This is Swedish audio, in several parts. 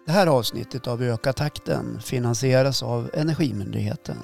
Det här avsnittet av Öka takten finansieras av Energimyndigheten.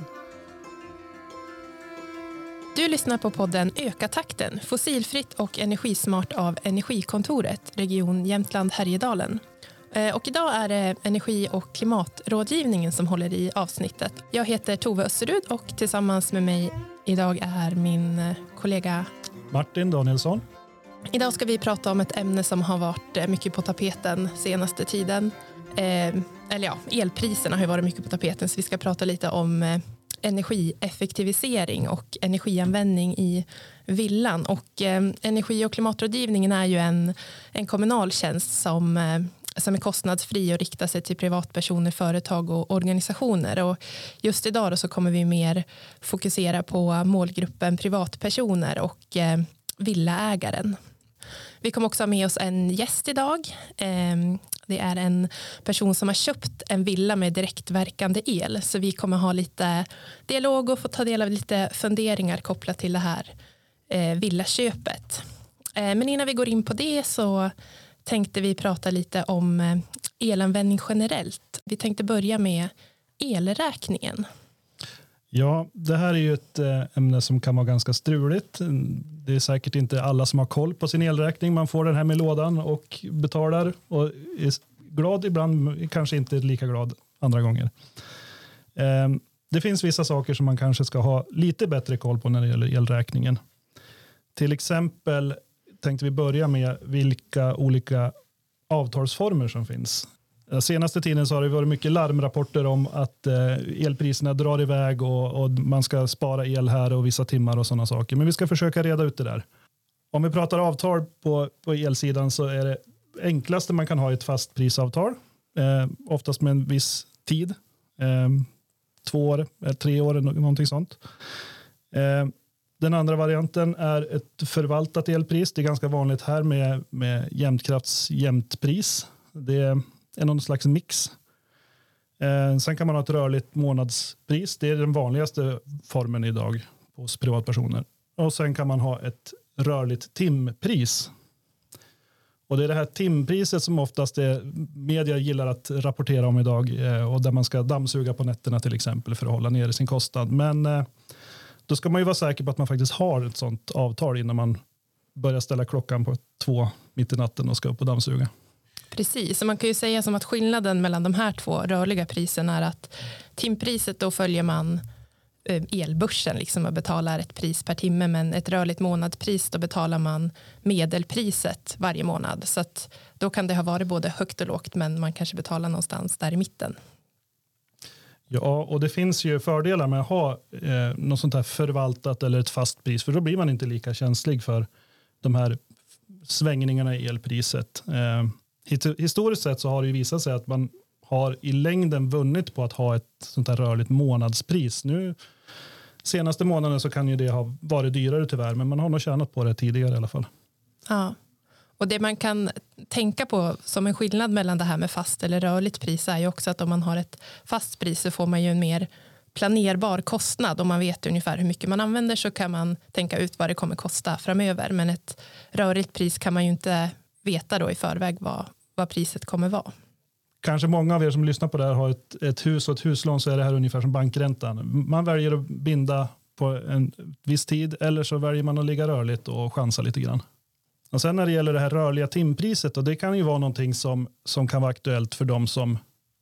Du lyssnar på podden Öka takten, fossilfritt och energismart av Energikontoret, Region Jämtland-Härjedalen. Och idag är det energi- och klimatrådgivningen som håller i avsnittet. Jag heter Tove Össerud och tillsammans med mig idag är min kollega Martin Danielsson. Idag ska vi prata om ett ämne som har varit mycket på tapeten senaste tiden. Elpriserna har ju varit mycket på tapeten, så vi ska prata lite om energieffektivisering och energianvändning i villan. Och energi- och klimatrådgivningen är ju en kommunal tjänst som är kostnadsfri och riktar sig till privatpersoner, företag och organisationer. Och just idag då så kommer vi mer fokusera på målgruppen privatpersoner och villaägaren. Vi kommer också ha med oss en gäst idag. Det är en person som har köpt en villa med direktverkande el. Så vi kommer ha lite dialog och få ta del av lite funderingar kopplat till det här villaköpet. Men innan vi går in på det så tänkte vi prata lite om elanvändning generellt. Vi tänkte börja med elräkningen. Ja, det här är ju ett ämne som kan vara ganska struligt. Det är säkert inte alla som har koll på sin elräkning. Man får den här med lådan och betalar och är glad ibland, kanske inte lika glad andra gånger. Det finns vissa saker som man kanske ska ha lite bättre koll på när det gäller elräkningen. Till exempel tänkte vi börja med vilka olika avtalsformer som finns. Den senaste tiden så har det varit mycket larmrapporter om att elpriserna drar iväg och man ska spara el här och vissa timmar och sådana saker. Men vi ska försöka reda ut det där. Om vi pratar avtal på elsidan så är det enklaste man kan ha ett fast prisavtal. Oftast med en viss tid. 2 år, 3 år, någonting sånt. Den andra varianten är ett förvaltat elpris. Det är ganska vanligt här med jämtkrafts jämtpris. Det är någon slags mix. Sen kan man ha ett rörligt månadspris. Det är den vanligaste formen idag hos privatpersoner. Och sen kan man ha ett rörligt timpris. Och det är det här timpriset som oftast media gillar att rapportera om idag. Och där man ska dammsuga på nätterna till exempel för att hålla nere sin kostnad. Men då ska man ju vara säker på att man faktiskt har ett sånt avtal innan man börjar ställa klockan på 2 mitt i natten och ska upp och dammsuga. Precis, så man kan ju säga som att skillnaden mellan de här 2 rörliga priserna är att timpriset då följer man elbörsen liksom och betalar ett pris per timme, men ett rörligt månadspris då betalar man medelpriset varje månad. Så att då kan det ha varit både högt och lågt, men man kanske betalar någonstans där i mitten. Ja, och det finns ju fördelar med att ha något sånt här förvaltat eller ett fast pris, för då blir man inte lika känslig för de här svängningarna i elpriset. Historiskt sett så har det ju visat sig att man har i längden vunnit på att ha ett sånt här rörligt månadspris. Nu senaste månaden så kan ju det ha varit dyrare tyvärr, men man har nog tjänat på det tidigare i alla fall. Ja, och det man kan tänka på som en skillnad mellan det här med fast eller rörligt pris är ju också att om man har ett fast pris så får man ju en mer planerbar kostnad. Om man vet ungefär hur mycket man använder så kan man tänka ut vad det kommer kosta framöver. Men ett rörligt pris kan man ju inte veta då i förväg vad priset kommer vara. Kanske många av er som lyssnar på det här har ett hus och ett huslån, så är det här ungefär som bankräntan. Man väljer att binda på en viss tid eller så väljer man att ligga rörligt och chansa lite grann. Och sen när det gäller det här rörliga timpriset, och det kan ju vara någonting som kan vara aktuellt för de som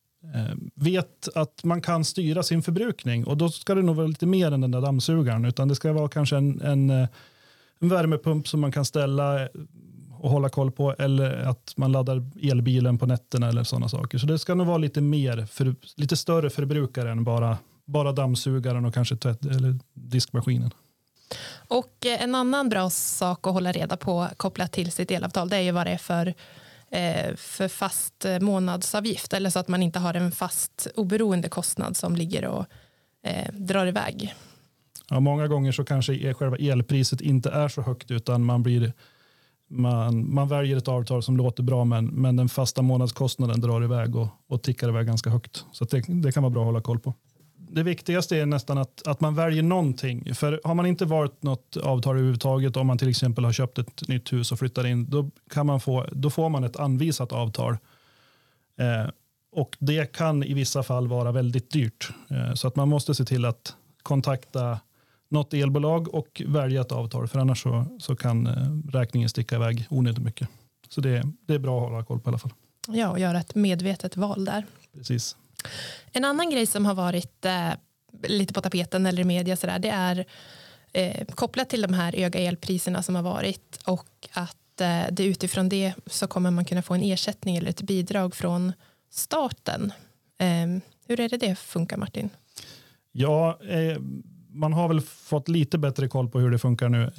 vet att man kan styra sin förbrukning, och då ska det nog vara lite mer än den där dammsugaren, utan det ska vara kanske en värmepump som man kan ställa och hålla koll på, eller att man laddar elbilen på nätterna eller sådana saker. Så det ska nog vara lite mer lite större förbrukare än bara dammsugaren och kanske eller diskmaskinen. Och en annan bra sak att hålla reda på kopplat till sitt elavtal, det är ju vad det är för fast månadsavgift, eller så att man inte har en fast oberoende kostnad som ligger och drar iväg. Ja, många gånger så kanske själva elpriset inte är så högt, utan man väljer ett avtal som låter bra, men den fasta månadskostnaden drar iväg och tickar iväg ganska högt. Så det kan vara bra att hålla koll på. Det viktigaste är nästan att man väljer någonting. För har man inte valt något avtal överhuvudtaget, om man till exempel har köpt ett nytt hus och flyttar in, då får man ett anvisat avtal. Och det kan i vissa fall vara väldigt dyrt. Så att man måste se till att kontakta något elbolag och välja ett avtal. För annars så kan räkningen sticka iväg onödigt mycket. Så det är bra att hålla koll på i alla fall. Ja, och göra ett medvetet val där. Precis. En annan grej som har varit lite på tapeten eller i media så där, det är kopplat till de här höga elpriserna som har varit och att det utifrån det så kommer man kunna få en ersättning eller ett bidrag från staten. Hur är det funkar, Martin? Ja, man har väl fått lite bättre koll på hur det funkar nu.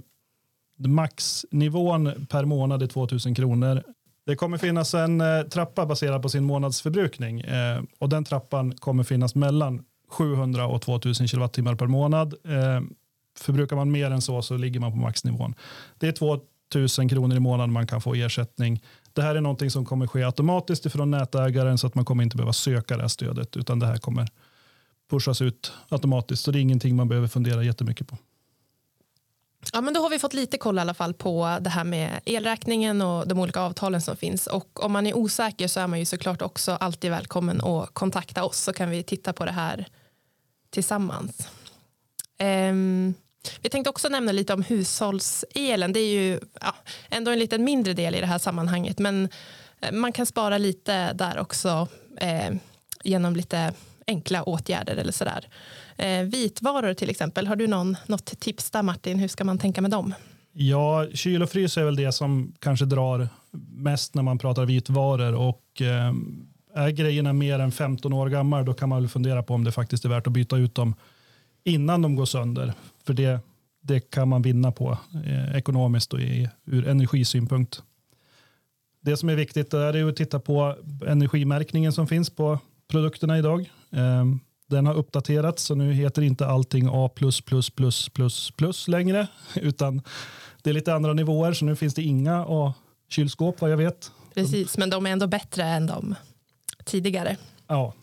Maxnivån per månad är 2 000 kronor. Det kommer finnas en trappa baserad på sin månadsförbrukning och den trappan kommer finnas mellan 700 och 2000 kilowattimmar per månad. Förbrukar man mer än så ligger man på maxnivån. Det är 2 000 kronor i månaden man kan få ersättning. Det här är någonting som kommer ske automatiskt ifrån nätägaren så att man kommer inte behöva söka det här stödet utan det här kommer pushas ut automatiskt. Så det är ingenting man behöver fundera jättemycket på. Ja, men då har vi fått lite koll i alla fall på det här med elräkningen och de olika avtalen som finns. Och om man är osäker så är man ju såklart också alltid välkommen att kontakta oss så kan vi titta på det här tillsammans. Vi tänkte också nämna lite om hushållselen. Det är ju ändå en lite mindre del i det här sammanhanget men man kan spara lite där också genom lite enkla åtgärder eller sådär. Vitvaror till exempel. Har du något tips där, Martin? Hur ska man tänka med dem? Ja, kyl och frys är väl det som kanske drar mest när man pratar vitvaror och är grejerna mer än 15 år gamla då kan man väl fundera på om det faktiskt är värt att byta ut dem innan de går sönder. För det kan man vinna på ekonomiskt och ur energisynpunkt. Det som är viktigt är att titta på energimärkningen som finns på produkterna idag. Den har uppdaterats så nu heter inte allting A++++ längre utan det är lite andra nivåer så nu finns det inga A-kylskåp vad jag vet. Precis, men de är ändå bättre än de tidigare. Ja,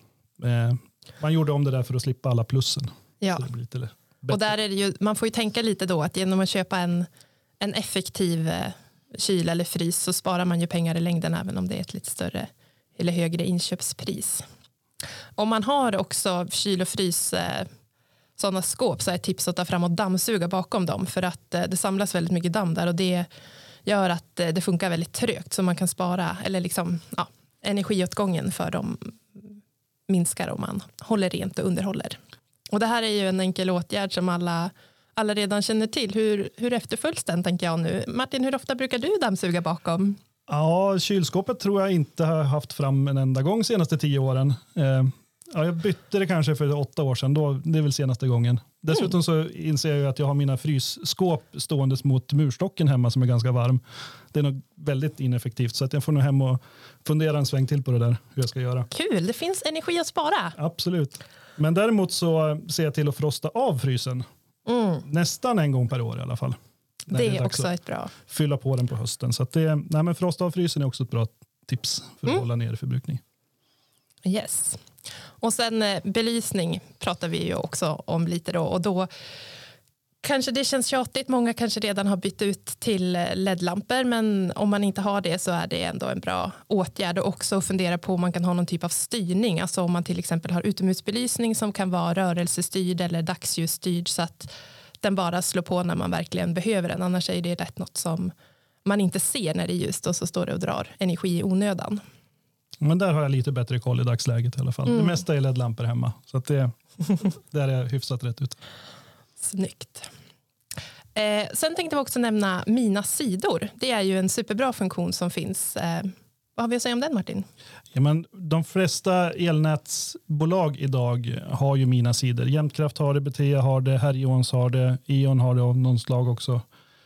man gjorde om det där för att slippa alla plussen. Ja. Så det blir lite och där är det ju, man får ju tänka lite då att genom att köpa en effektiv kyl eller frys så sparar man ju pengar i längden även om det är ett lite större eller högre inköpspris. Om man har också kyl och frys sådana skåp så är ett tips att ta fram och dammsuga bakom dem för att det samlas väldigt mycket damm där och det gör att det funkar väldigt trögt så man kan spara eller liksom energiåtgången för dem minskar om man håller rent och underhåller. Och det här är ju en enkel åtgärd som alla redan känner till. Hur efterföljs den tänker jag nu? Martin, hur ofta brukar du dammsuga bakom? Ja, kylskåpet tror jag inte har haft fram en enda gång senaste 10 åren. Jag bytte det kanske för 8 år sedan. Det är väl senaste gången. Dessutom så inser jag att jag har mina frysskåp stående mot murstocken hemma som är ganska varm. Det är nog väldigt ineffektivt så att jag får nog hem och fundera en sväng till på det där hur jag ska göra. Kul, det finns energi att spara. Absolut. Men däremot så ser jag till att frosta av frysen. Nästan en gång per år i alla fall. Det är också ett bra. Fylla på den på hösten. Så att men frosta av frysen är också ett bra tips för att hålla ner förbrukning. Yes. Och sen belysning pratar vi ju också om lite då. Och då kanske det känns tjatigt. Många kanske redan har bytt ut till LED-lampor. Men om man inte har det så är det ändå en bra åtgärd. Och också fundera på om man kan ha någon typ av styrning. Alltså om man till exempel har utomhusbelysning som kan vara rörelsestyrd eller dagsljusstyrd så att den bara slår på när man verkligen behöver den. Annars är det rätt något som man inte ser när det är ljust och så står det och drar energi i onödan. Men där har jag lite bättre koll i dagsläget i alla fall. Det mesta är LED-lampor hemma. Så att där är jag hyfsat rätt ut. Snyggt. Sen tänkte vi också nämna Mina sidor. Det är ju en superbra funktion som finns. Vad har vi att säga om den, Martin? Ja, men de flesta elnätsbolag idag har ju Mina sidor. Jämtkraft har det, Betea har det, Herjons har det, E.ON har det av någon slag också.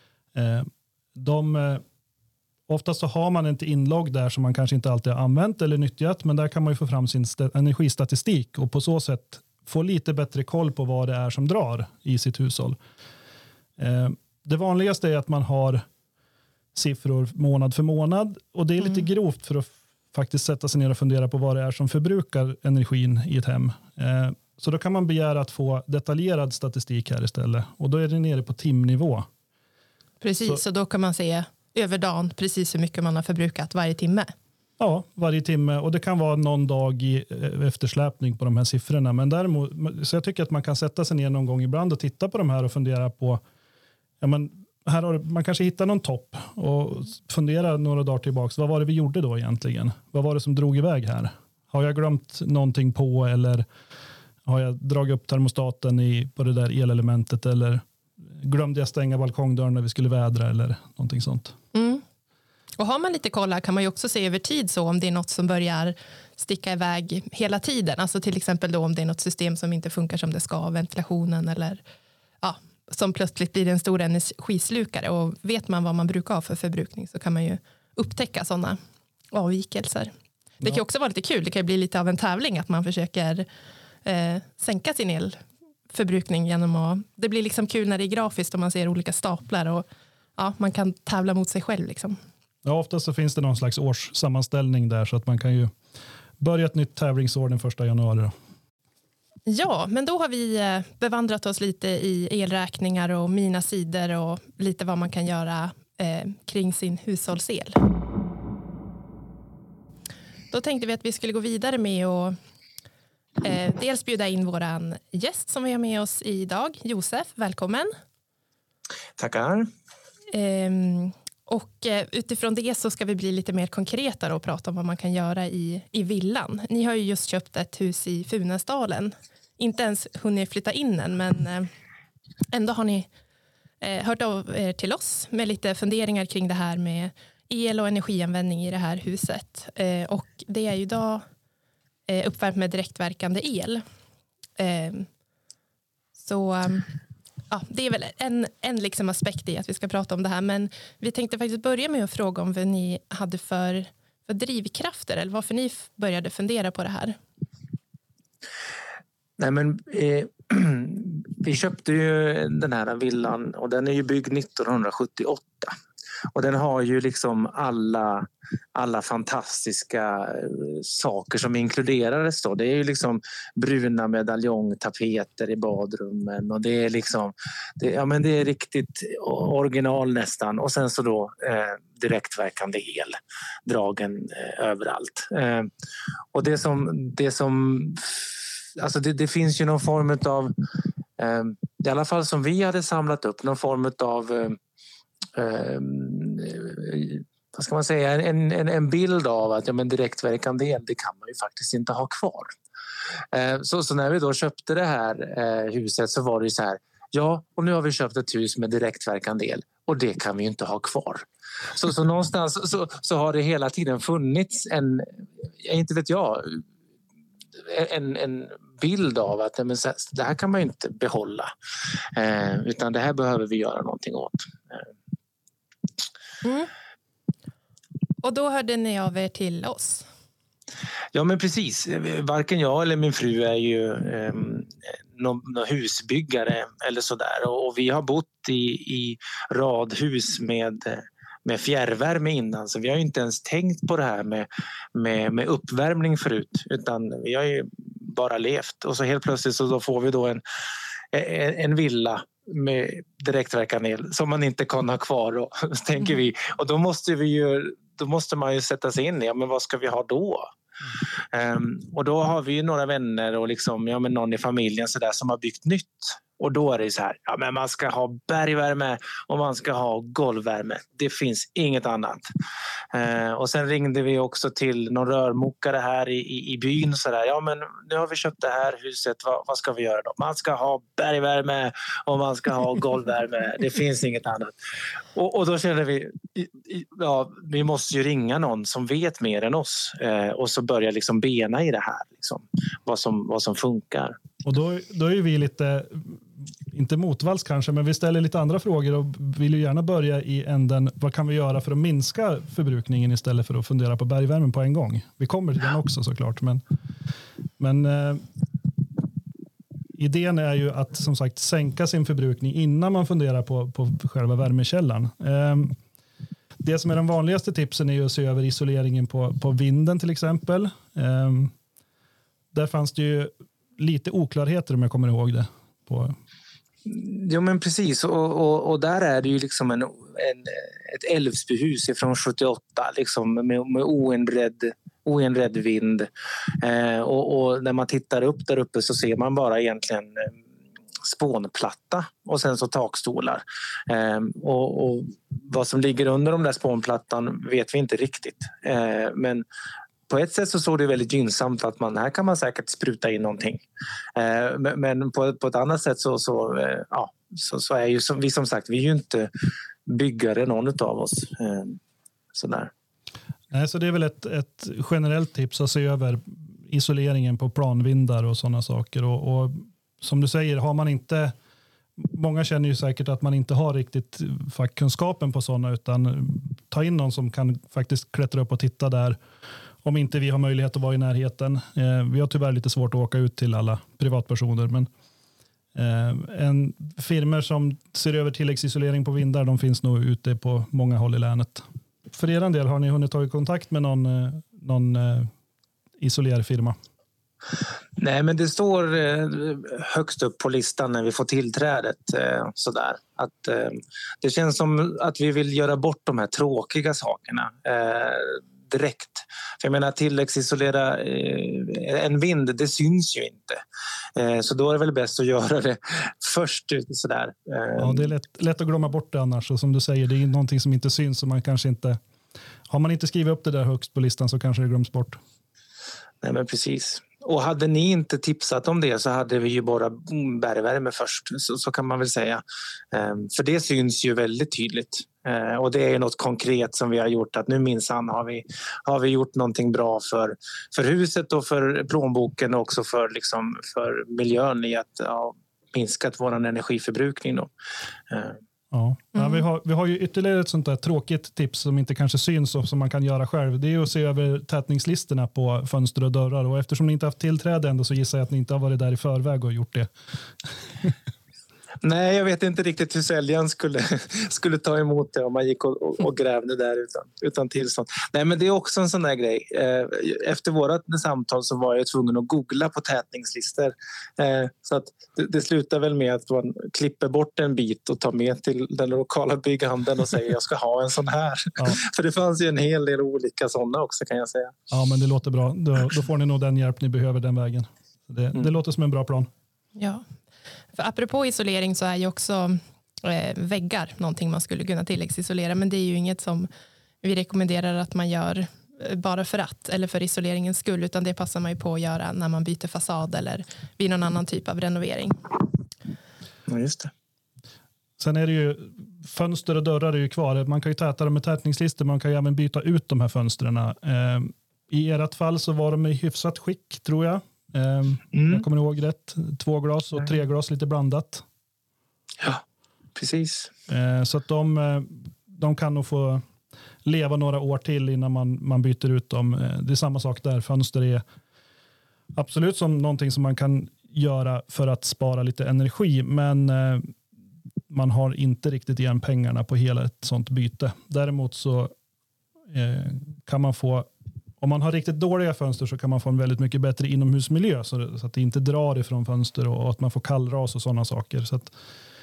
Oftast så har man inte inlogg där som man kanske inte alltid har använt eller nyttjat, men där kan man ju få fram sin energistatistik och på så sätt få lite bättre koll på vad det är som drar i sitt hushåll. Det vanligaste är att man har siffror månad för månad och det är lite grovt för att faktiskt sätta sig ner och fundera på vad det är som förbrukar energin i ett hem. Så då kan man begära att få detaljerad statistik här istället och då är det nere på timnivå. Precis, så då kan man se över dagen precis hur mycket man har förbrukat varje timme. varje timme, och det kan vara någon dag i eftersläpning på de här siffrorna. Men däremot, så jag tycker att man kan sätta sig ner någon gång ibland och titta på de här och fundera på, man kanske hittar någon topp och fundera några dagar tillbaka. Vad var det vi gjorde då egentligen? Vad var det som drog iväg här? Har jag glömt någonting på, eller har jag dragit upp termostaten på det där elelementet, eller glömde jag stänga balkongdörren när vi skulle vädra eller någonting sånt? Mm. Och har man lite koll här kan man ju också se över tid så om det är något som börjar sticka iväg hela tiden. Alltså till exempel då om det är något system som inte funkar som det ska, ventilationen eller som plötsligt blir en stor energislukare. Och vet man vad man brukar ha för förbrukning så kan man ju upptäcka sådana avvikelser. Det kan också vara lite kul, det kan bli lite av en tävling att man försöker sänka sin elförbrukning genom att, det blir liksom kul när det är grafiskt och man ser olika staplar och man kan tävla mot sig själv liksom. Ja, ofta så finns det någon slags årssammanställning där, så att man kan ju börja ett nytt tävlingsår den 1 januari då. Ja, men då har vi bevandrat oss lite i elräkningar och mina sidor och lite vad man kan göra kring sin hushållsel. Då tänkte vi att vi skulle gå vidare med att dels bjuda in våran gäst som vi har med oss idag. Josef, välkommen. Tackar. Och utifrån det så ska vi bli lite mer konkreta och prata om vad man kan göra i villan. Ni har ju just köpt ett hus i Funäsdalen. Inte ens hunnit flytta in än, men ändå har ni hört av er till oss med lite funderingar kring det här med el- och energianvändning i det här huset. Och det är ju idag uppvärmt med direktverkande el. Det är väl en liksom aspekt i att vi ska prata om det här. Men vi tänkte faktiskt börja med att fråga om vad ni hade för drivkrafter eller varför ni började fundera på det här. Nej, men vi köpte ju den här villan och den är ju byggd 1978. Och den har ju liksom alla fantastiska saker som inkluderades då. Det är ju liksom bruna medaljongtapeter i badrummen och det är liksom det är riktigt original nästan. Och sen så då direktverkande el dragen överallt. Och det finns ju någon form av i alla fall som vi hade samlat upp någon form av vad ska man säga, en bild av att direktverkande el, det kan man ju faktiskt inte ha kvar. Så när vi då köpte det här huset så var det ju så här, och nu har vi köpt ett hus med direktverkande el och det kan vi ju inte ha kvar. Så någonstans så har det hela tiden funnits en bild av att det här kan man ju inte behålla, utan det här behöver vi göra någonting åt. Mm. Och då hörde ni av er till oss? Ja, men precis. Varken jag eller min fru är ju någon husbyggare eller sådär. Och vi har bott i radhus med fjärrvärme innan. Så vi har ju inte ens tänkt på det här med uppvärmning förut. Utan vi har ju bara levt. Och så helt plötsligt så då får vi då en villa med direktverkande el som man inte kan ha kvar, och tänker vi. Och då måste man ju sätta sig in i, men vad ska vi ha då? Och då har vi ju några vänner och liksom, någon i familjen så där som har byggt nytt. Och då är det så här, men man ska ha bergvärme och man ska ha golvvärme. Det finns inget annat. Och sen ringde vi också till någon rörmokare här i byn. Så där, men nu har vi köpt det här huset, vad ska vi göra då? Man ska ha bergvärme och man ska ha golvvärme. Det finns inget annat. Och då kände vi, vi måste ju ringa någon som vet mer än oss. Och så börja liksom bena i det här, liksom, vad som funkar. Och då är vi lite, inte motvalls kanske, men vi ställer lite andra frågor och vill ju gärna börja i änden, vad kan vi göra för att minska förbrukningen istället för att fundera på bergvärmen på en gång? Vi kommer till den också såklart, men idén är ju att som sagt sänka sin förbrukning innan man funderar på själva värmekällan. Det som är de vanligaste tipsen är ju att se över isoleringen på vinden till exempel. Där fanns det ju lite oklarheter om jag kommer ihåg det. Jo men precis, och där är det ju liksom ett Älvsbyhus från 78 liksom, med oinredd vind. Och när man tittar upp där uppe så ser man bara egentligen spånplatta och sen så takstolar. Och vad som ligger under de där spånplattan vet vi inte riktigt. Men på ett sätt så såg det väldigt gynnsamt att här kan man säkert spruta in någonting. Men på ett annat sätt så är ju vi som sagt, vi är ju inte byggare någon av oss. Sådär. Nej, så det är väl ett generellt tips att se över isoleringen på planvindar och sådana saker. Och som du säger, har man inte... Många känner ju säkert att man inte har riktigt fackkunskapen på sådana, utan ta in någon som kan faktiskt klättra upp och titta där. Om inte vi har möjlighet att vara i närheten. Vi har tyvärr lite svårt att åka ut till alla privatpersoner, men en firmor som ser över tilläggsisolering på vindar, de finns nog ute på många håll i länet. För er del, har ni hunnit ta kontakt med någon isolerfirma? Nej, men det står högst upp på listan när vi får tillträdet. Sådär. Det känns som att vi vill göra bort de här tråkiga sakerna direkt. För jag menar, tilläggsisolera en vind, det syns ju inte. Så då är det väl bäst att göra det först. Sådär. Ja, det är lätt att glömma bort det annars. Och som du säger, det är någonting som inte syns, så man kanske inte... Har man inte skrivit upp det där högst på listan så kanske det glöms bort. Nej, men precis. Och hade ni inte tipsat om det så hade vi ju bara bergvärme först, så kan man väl säga. För det syns ju väldigt tydligt. Och det är ju något konkret som vi har gjort, att nu minsann har vi gjort någonting bra för huset och för plånboken och också för miljön i att minskat vår energiförbrukning då. Ja. Vi har ju ytterligare ett sånt där tråkigt tips som inte kanske syns och som man kan göra själv. Det är att se över tätningslistorna på fönster och dörrar. Och eftersom ni inte haft tillträde ändå så gissar jag att ni inte har varit där i förväg och gjort det. Nej, jag vet inte riktigt hur säljaren skulle ta emot det om man gick och grävde där utan tillstånd. Nej, men det är också en sån där grej. Efter vårat samtal så var jag tvungen att googla på tätningslistor. Så att det slutar väl med att man klipper bort en bit och tar med till den lokala bygghandeln och säger jag ska ha en sån här. Ja. För det fanns ju en hel del olika sådana också, kan jag säga. Ja, men det låter bra. Då får ni nog den hjälp ni behöver den vägen. Det låter som en bra plan. Ja. För apropå isolering så är ju också väggar någonting man skulle kunna tilläggsisolera, men det är ju inget som vi rekommenderar att man gör bara för att eller för isoleringens skull, utan det passar man ju på att göra när man byter fasad eller vid någon annan typ av renovering. Ja, just det. Sen är det ju fönster och dörrar är ju kvar. Man kan ju täta dem med tätningslister, man kan ju även byta ut de här fönstren. I ert fall så var de i hyfsat skick, tror jag. Jag kommer ihåg rätt. 2 glas och 3 glas lite blandat. Ja, precis. Så att de kan nog få leva några år till innan man byter ut dem. Det är samma sak där. Fönster är absolut som någonting som man kan göra för att spara lite energi, men man har inte riktigt igen pengarna på hela ett sånt byte. Däremot så kan man få, om man har riktigt dåliga fönster så kan man få en väldigt mycket bättre inomhusmiljö så att det inte drar ifrån fönster och att man får kallras och sådana saker. Så att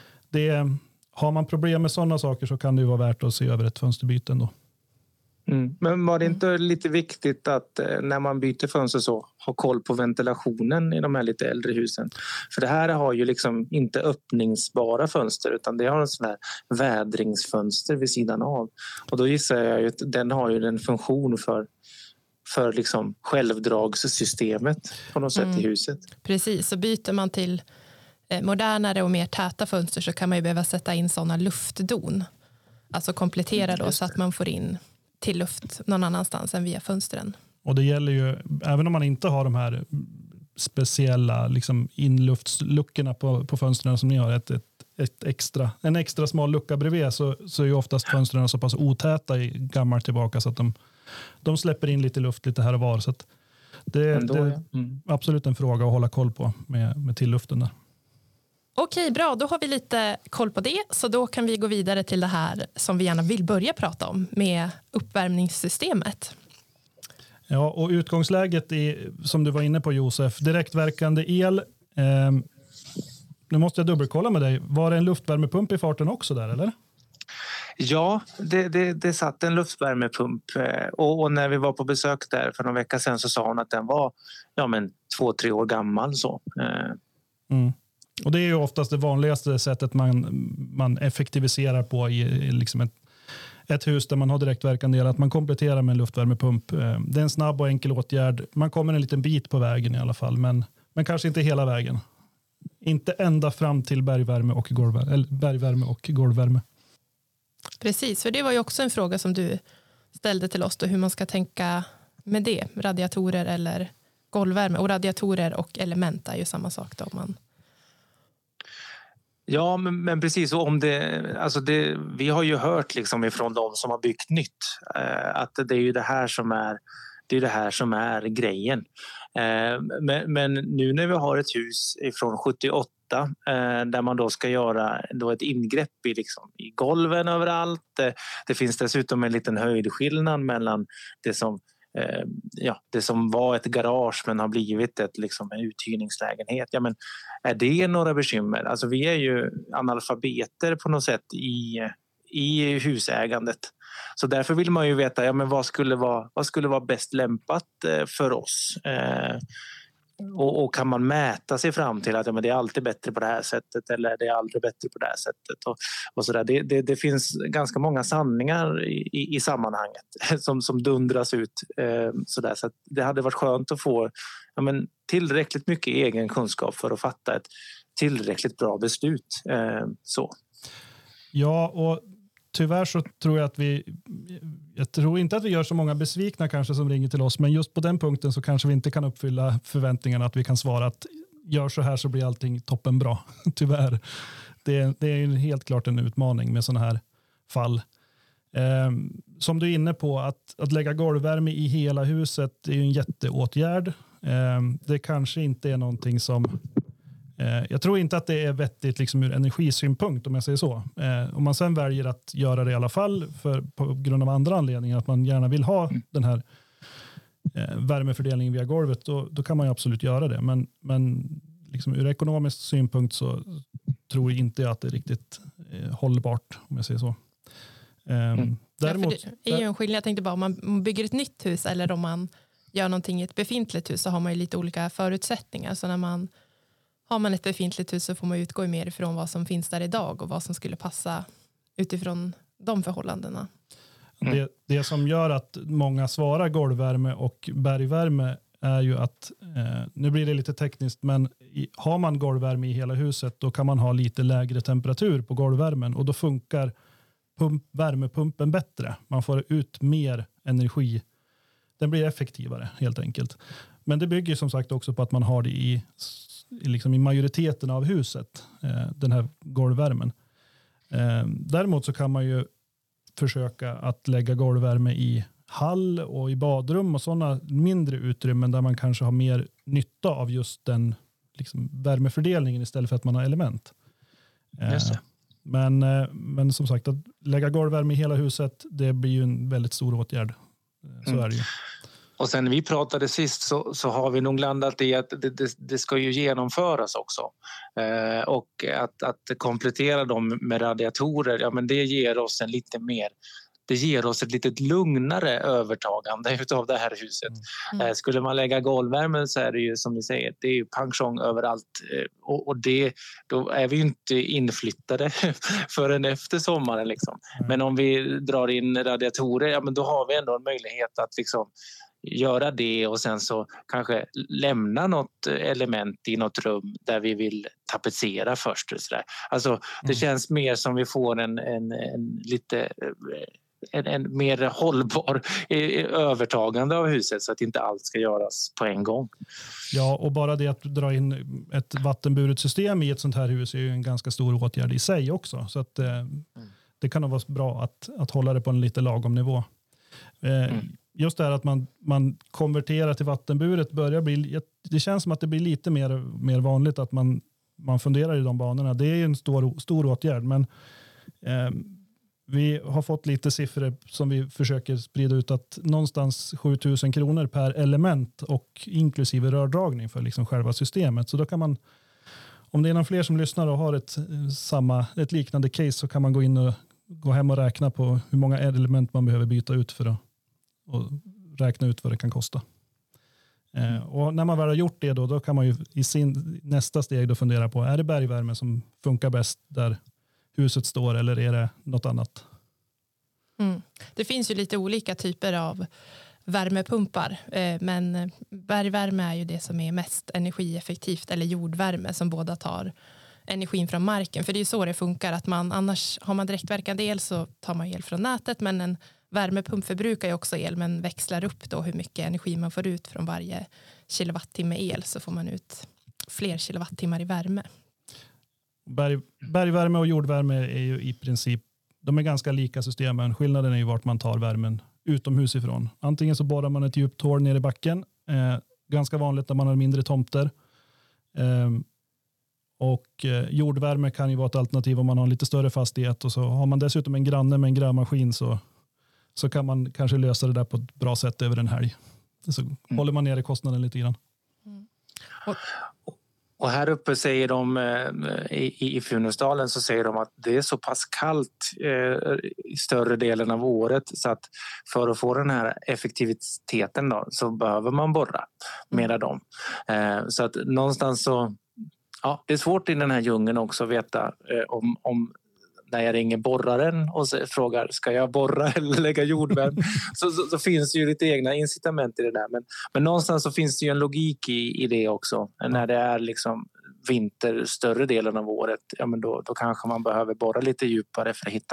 har man problem med sådana saker så kan det ju vara värt att se över ett fönsterbyte ändå. Men var det inte lite viktigt att när man byter fönster så ha koll på ventilationen i de här lite äldre husen? För det här har ju liksom inte öppningsbara fönster, utan det har en sån här vädringsfönster vid sidan av. Och då gissar jag att den har ju en funktion för liksom självdragssystemet på något sätt i huset. Precis, så byter man till modernare och mer täta fönster så kan man ju behöva sätta in sådana luftdon. Alltså komplettera då så att man får in till luft någon annanstans än via fönstren. Och det gäller ju, även om man inte har de här speciella liksom inluftsluckorna på fönstren som ni har, en extra smal lucka bredvid, så är ju oftast fönstren så pass otäta i gammalt tillbaka så att de släpper in lite luft lite här och var. Så att det är absolut en fråga att hålla koll på med tilluften där. Okej, bra. Då har vi lite koll på det. Så då kan vi gå vidare till det här som vi gärna vill börja prata om med uppvärmningssystemet. Ja, och utgångsläget är, som du var inne på Josef, direktverkande el. nu måste jag dubbelkolla med dig. Var det en luftvärmepump i farten också där, eller? Ja, det satt en luftvärmepump och när vi var på besök där för någon vecka sedan så sa hon att den var 2-3 år gammal. Så. Och det är ju oftast det vanligaste sättet man effektiviserar på i liksom ett hus där man har direktverkande el, att man kompletterar med en luftvärmepump. Det är en snabb och enkel åtgärd. Man kommer en liten bit på vägen i alla fall, men kanske inte hela vägen. Inte ända fram till bergvärme och golvvärme. Precis, för det var ju också en fråga som du ställde till oss då, hur man ska tänka med det, radiatorer eller golvvärme. Och radiatorer och element är ju samma sak då. Ja, men precis. Och vi har ju hört liksom ifrån de som har byggt nytt att det är ju det här som är grejen. Men nu när vi har ett hus från 78 där man då ska göra ett ingrepp i golven överallt. Det finns dessutom en liten höjdskillnad mellan det som var ett garage men har blivit en uthyrningslägenhet. Ja, men är det några bekymmer? Alltså, vi är ju analfabeter på något sätt i husägandet. Så därför vill man ju veta vad skulle vara bäst lämpat för oss. Och kan man mäta sig fram till att det är alltid bättre på det här sättet eller det är aldrig bättre på det här sättet och så där. Det finns ganska många sanningar i sammanhanget som dundras ut så där. Så att det hade varit skönt att få tillräckligt mycket egen kunskap för att fatta ett tillräckligt bra beslut. Så. Ja, och tyvärr så tror jag att jag tror inte att vi gör så många besvikna kanske som ringer till oss, men just på den punkten så kanske vi inte kan uppfylla förväntningarna att vi kan svara att gör så här så blir allting toppenbra. Tyvärr. Det är ju helt klart en utmaning med sådana här fall. Som du är inne på, att lägga golvvärme i hela huset är ju en jätteåtgärd. Det kanske inte är någonting som jag tror inte att det är vettigt ur energisynpunkt, om jag säger så. Om man sen väljer att göra det i alla fall på grund av andra anledningar, att man gärna vill ha den här värmefördelningen via golvet, då kan man ju absolut göra det. Men ur ekonomisk synpunkt så tror jag inte att det är riktigt hållbart, om jag säger så. Däremot, det är ju en skillnad. Jag tänkte bara, om man bygger ett nytt hus eller om man gör någonting i ett befintligt hus så har man ju lite olika förutsättningar. Så har man ett befintligt hus så får man utgå mer ifrån vad som finns där idag och vad som skulle passa utifrån de förhållandena. Det som gör att många svarar golvvärme och bergvärme är ju att, nu blir det lite tekniskt, men har man golvvärme i hela huset då kan man ha lite lägre temperatur på golvvärmen och då funkar värmepumpen bättre. Man får ut mer energi. Den blir effektivare helt enkelt. Men det bygger som sagt också på att man har det i majoriteten av huset, den här golvvärmen. Däremot så kan man ju försöka att lägga golvvärme i hall och i badrum och sådana mindre utrymmen där man kanske har mer nytta av just den värmefördelningen istället för att man har element. Men som sagt, att lägga golvvärme i hela huset, det blir ju en väldigt stor åtgärd. Så är det ju. Och sen när vi pratade sist så har vi nog landat i att det ska ju genomföras också. Och att komplettera dem med radiatorer, men det ger oss ett lite lugnare övertagande utav det här huset. Skulle man lägga golvvärmen så är det ju som ni säger, det är ju pension överallt. Och då är vi ju inte inflyttade förrän efter sommaren. Men om vi drar in radiatorer, men då har vi ändå en möjlighet att göra det och sen så kanske lämna något element i något rum där vi vill tapetsera först. Och så där. Alltså, det känns mer som vi får en mer hållbar övertagande av huset så att inte allt ska göras på en gång. Ja, och bara det att dra in ett vattenburet system i ett sånt här hus är ju en ganska stor åtgärd i sig också. Så att det kan nog vara bra att hålla det på en lite lagom nivå. Just det här att man konverterar till vattenburet börjar bli, det känns som att det blir lite mer vanligt att man funderar i de banorna. Det är ju en stor åtgärd, men vi har fått lite siffror som vi försöker sprida ut att någonstans 7 000 kronor per element och inklusive rördragning för själva systemet. Så då kan man, om det är någon fler som lyssnar och har ett liknande case, så kan man gå hem och räkna på hur många element man behöver byta ut för att och räkna ut vad det kan kosta. Och när man väl har gjort det då kan man ju i sin nästa steg då fundera på, är det bergvärme som funkar bäst där huset står, eller är det något annat? Det finns ju lite olika typer av värmepumpar, men bergvärme är ju det som är mest energieffektivt, eller jordvärme som båda tar energin från marken. För det är ju så det funkar, att annars har man direktverkande el så tar man el från nätet, men en värmepump förbrukar ju också el, men växlar upp då hur mycket energi man får ut från varje kilowattimme el, så får man ut fler kilowattimmar i värme. Bergvärme och jordvärme är ju i princip, de är ganska lika systemen. Skillnaden är ju vart man tar värmen utomhus ifrån. Antingen så borrar man ett djupt hål ner i backen. Ganska vanligt när man har mindre tomter. Och jordvärme kan ju vara ett alternativ om man har en lite större fastighet. Och så har man dessutom en granne med en grävmaskin, så kan man kanske lösa det där på ett bra sätt över en helg. Så håller man nere kostnaden lite grann. Och här uppe säger de i Funäsdalen, så säger de att det är så pass kallt i större delen av året, så att för att få den här effektiviteten då, så behöver man borra, menar de. Så att någonstans så, ja, det är svårt i den här djungeln också att veta om när jag ringer borraren och frågar, ska jag borra eller lägga jordvärme? så finns det ju lite egna incitament i det där. Men någonstans så finns det ju en logik i det också. När det är liksom vinter större delen av året, ja, men då kanske man behöver borra lite djupare för att hitta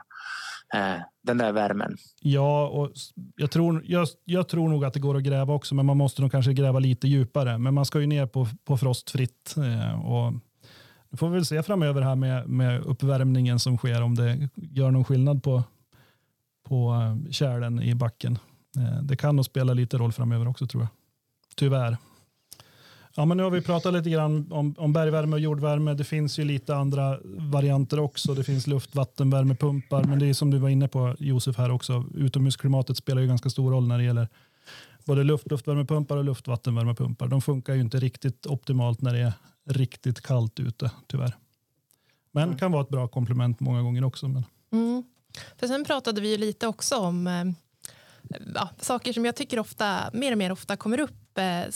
den där värmen. Ja, och jag tror nog att det går att gräva också, men man måste nog kanske gräva lite djupare. Men man ska ju ner på frostfritt, och nu får vi väl se framöver här med uppvärmningen som sker, om det gör någon skillnad på kärlen i backen. Det kan nog spela lite roll framöver också, tror jag. Tyvärr. Ja, men nu har vi pratat lite grann om bergvärme och jordvärme. Det finns ju lite andra varianter också. Det finns luft-vattenvärmepumpar, men det är som du var inne på, Josef, här också. Utomhusklimatet spelar ju ganska stor roll när det gäller både luftvärmepumpar och luftvattenvärmepumpar. De funkar ju inte riktigt optimalt när det är riktigt kallt ute, tyvärr. Men kan vara ett bra komplement många gånger också. Men. För sen pratade vi ju lite också om saker som jag tycker mer och mer ofta kommer upp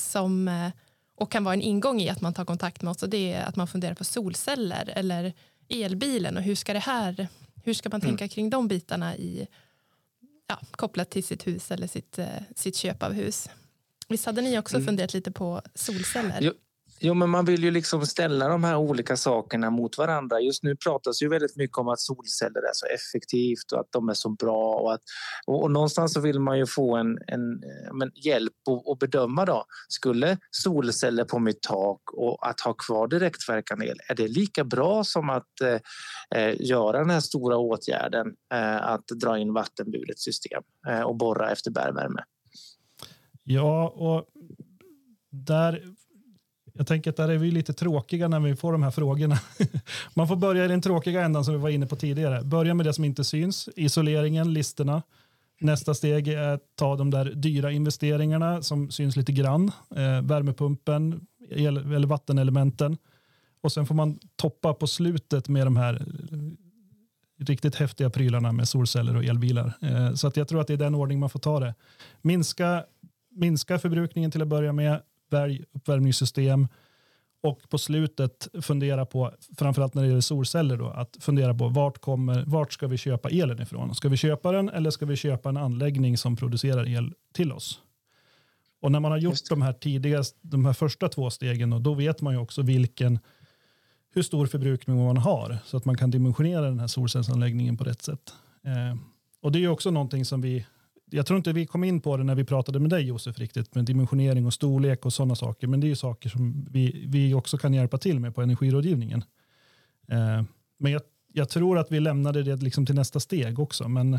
och kan vara en ingång i att man tar kontakt med oss. Och det är att man funderar på solceller eller elbilen, och hur ska man tänka kring de bitarna kopplat till sitt hus eller sitt köp av hus. Visst hade ni också funderat lite på solceller? Jo, men man vill ju liksom ställa de här olika sakerna mot varandra. Just nu pratas ju väldigt mycket om att solceller är så effektivt och att de är så bra. Och någonstans så vill man ju få en hjälp att bedöma då. Skulle solceller på mitt tak och att ha kvar direktverkande el, är det lika bra som att göra den här stora åtgärden att dra in vattenburet system och borra efter bergvärme? Ja, och jag tänker att där är vi lite tråkiga när vi får de här frågorna. Man får börja i den tråkiga ändan som vi var inne på tidigare. Börja med det som inte syns. Isoleringen, listerna. Nästa steg är att ta de där dyra investeringarna som syns lite grann. Värmepumpen eller vattenelementen. Och sen får man toppa på slutet med de här riktigt häftiga prylarna med solceller och elbilar. Så att jag tror att det är den ordning man får ta det. Minska förbrukningen till att börja med. Välj uppvärmningssystem, och på slutet fundera på, framförallt när det gäller solceller då, att fundera på vart ska vi köpa elen ifrån? Ska vi köpa den, eller ska vi köpa en anläggning som producerar el till oss? Och när man har gjort de här första 2 stegen, då vet man ju också hur stor förbrukning man har, så att man kan dimensionera den här solcellsanläggningen på rätt sätt. Och det är ju också någonting som jag tror inte vi kom in på det när vi pratade med dig, Josef, riktigt, med dimensionering och storlek och sådana saker. Men det är ju saker som vi också kan hjälpa till med på energirådgivningen. Men jag tror att vi lämnade det liksom till nästa steg också. Men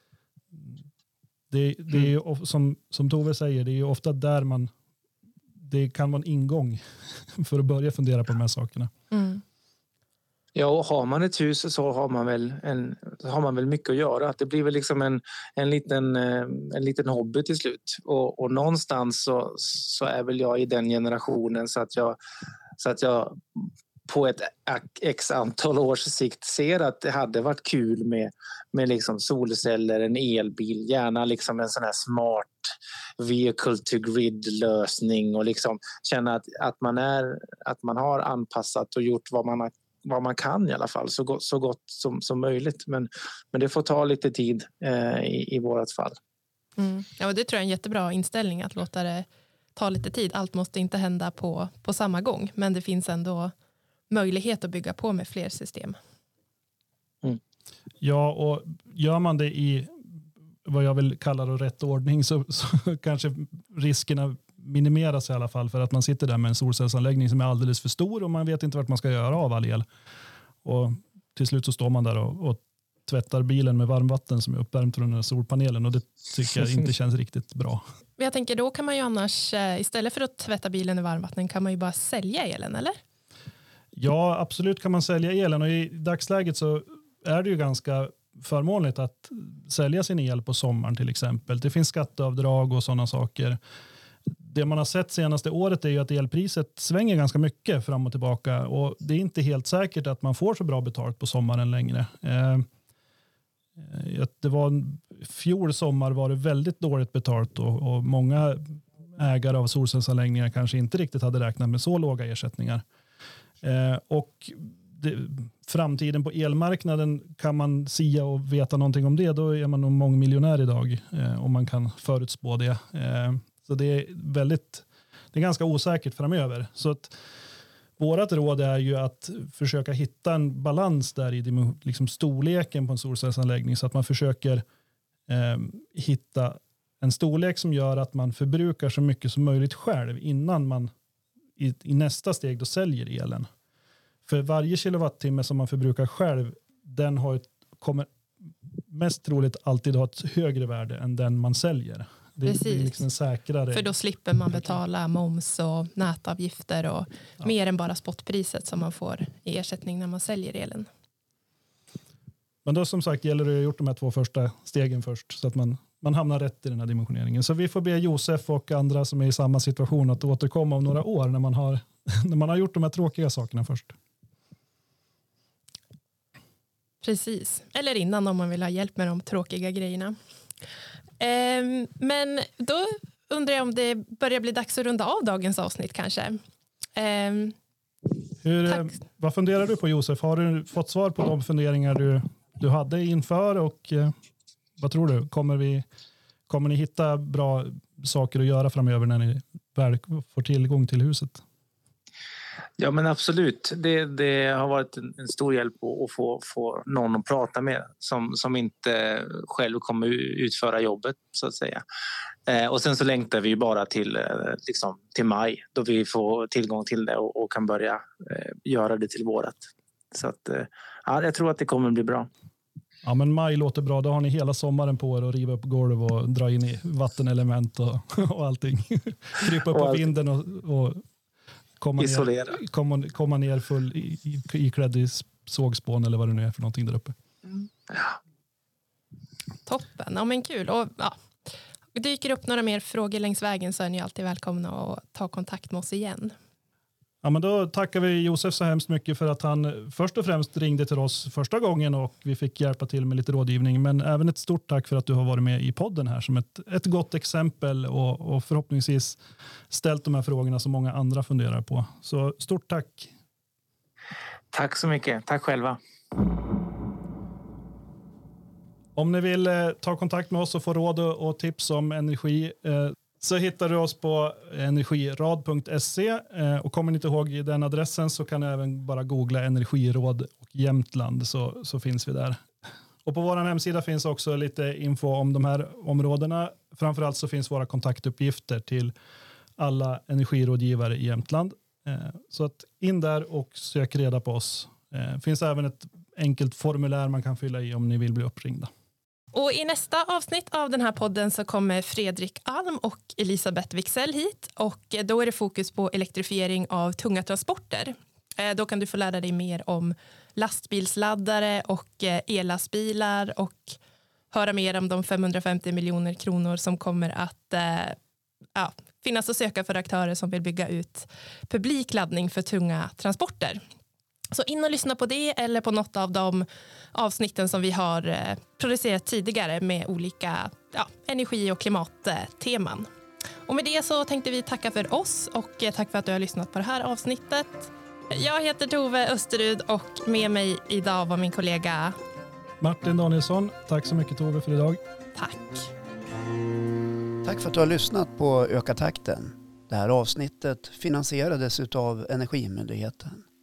det är ju, som Tove säger, det är ju ofta där det kan vara en ingång för att börja fundera på de här sakerna. Ja, och har man ett hus så har man väl mycket att göra. Det blir väl liksom en liten hobby till slut. Och någonstans så är väl jag i den generationen så att jag på ett x antal års sikt ser att det hade varit kul med liksom solceller, en elbil, gärna liksom en sån här smart vehicle to grid lösning och liksom känna att man har anpassat och gjort vad man kan i alla fall så gott som möjligt. Men det får ta lite tid i vårat fall. Ja, och det tror jag är en jättebra inställning, att låta det ta lite tid. Allt måste inte hända på samma gång, men det finns ändå möjlighet att bygga på med fler system. Ja, och gör man det i vad jag vill kalla det rätt ordning så kanske riskerna minimeras i alla fall, för att man sitter där med en solcellsanläggning som är alldeles för stor och man vet inte vart man ska göra av all el. Och till slut så står man där och tvättar bilen med varmvatten som är uppvärmt från den här solpanelen, och det tycker jag inte känns riktigt bra. Jag tänker, då kan man ju annars, istället för att tvätta bilen i varmvatten, kan man ju bara sälja elen, eller? Ja, absolut kan man sälja elen, och i dagsläget så är det ju ganska förmånligt att sälja sin el på sommaren till exempel. Det finns skatteavdrag och sådana saker. Det man har sett senaste året är ju att elpriset svänger ganska mycket fram och tillbaka, och det är inte helt säkert att man får så bra betalt på sommaren längre. Det var fjol sommar var det väldigt dåligt betalt, och många ägare av solcellsanläggningar kanske inte riktigt hade räknat med så låga ersättningar. Och framtiden på elmarknaden, kan man sia och veta någonting om det, då är man nog mångmiljonär idag, om man kan förutspå det. Så det är ganska osäkert framöver. Så att vårat råd är ju att försöka hitta en balans där i liksom storleken på en solcellsanläggning, så att man försöker hitta en storlek som gör att man förbrukar så mycket som möjligt själv innan man i nästa steg då säljer elen. För varje kilowattimme som man förbrukar själv, den kommer mest troligt alltid ha ett högre värde än den man säljer. Det är liksom en säkrare. För då slipper man betala moms och nätavgifter och mer än bara spotpriset som man får i ersättning när man säljer elen. Men då som sagt gäller det att ha gjort de här 2 första stegen först, så att man hamnar rätt i den här dimensioneringen. Så vi får be Josef och andra som är i samma situation att återkomma om några år när man har gjort de här tråkiga sakerna först. Precis. Eller innan, om man vill ha hjälp med de tråkiga grejerna. Men då undrar jag om det börjar bli dags att runda av dagens avsnitt kanske. Vad funderar du på, Josef? Har du fått svar på de funderingar du hade inför, och vad tror du? Kommer ni hitta bra saker att göra framöver när ni väl får tillgång till huset? Ja, men absolut. Det har varit en stor hjälp att få någon att prata med som inte själv kommer utföra jobbet, så att säga. Och sen så längtar vi ju bara till maj, då vi får tillgång till det och kan börja göra det till vårat. Så att, jag tror att det kommer bli bra. Ja, men maj låter bra. Då har ni hela sommaren på er att riva upp golv och dra in i vattenelement och allting. Krypa upp på vinden och komma ner full i klädd sågspån eller vad det nu är för någonting där uppe. Toppen, ja men kul. Och dyker upp några mer frågor längs vägen så är ni alltid välkomna att ta kontakt med oss igen. Ja, men då tackar vi Josef så hemskt mycket för att han först och främst ringde till oss första gången och vi fick hjälpa till med lite rådgivning, men även ett stort tack för att du har varit med i podden här som ett gott exempel och förhoppningsvis ställt de här frågorna som många andra funderar på. Så stort tack. Tack så mycket. Tack själva. Om ni vill ta kontakt med oss och få råd och tips om energi så hittar du oss på energirad.se och kommer ni inte ihåg den adressen så kan ni även bara googla energiråd och Jämtland så finns vi där. Och på vår hemsida finns också lite info om de här områdena. Framförallt så finns våra kontaktuppgifter till alla energirådgivare i Jämtland. Så att in där och sök reda på oss. Finns även ett enkelt formulär man kan fylla i om ni vill bli uppringda. Och i nästa avsnitt av den här podden så kommer Fredrik Alm och Elisabeth Wixell hit och då är det fokus på elektrifiering av tunga transporter. Då kan du få lära dig mer om lastbilsladdare och ellastbilar och höra mer om de 550 miljoner kronor som kommer att finnas att söka för aktörer som vill bygga ut publik laddning för tunga transporter. Så in och lyssna på det eller på något av de avsnitten som vi har producerat tidigare med olika energi- och klimatteman. Och med det så tänkte vi tacka för oss och tack för att du har lyssnat på det här avsnittet. Jag heter Tove Österud och med mig idag var min kollega Martin Danielsson. Tack så mycket Tove för idag. Tack. Tack för att du har lyssnat på Öka takten. Det här avsnittet finansierades av Energimyndigheten.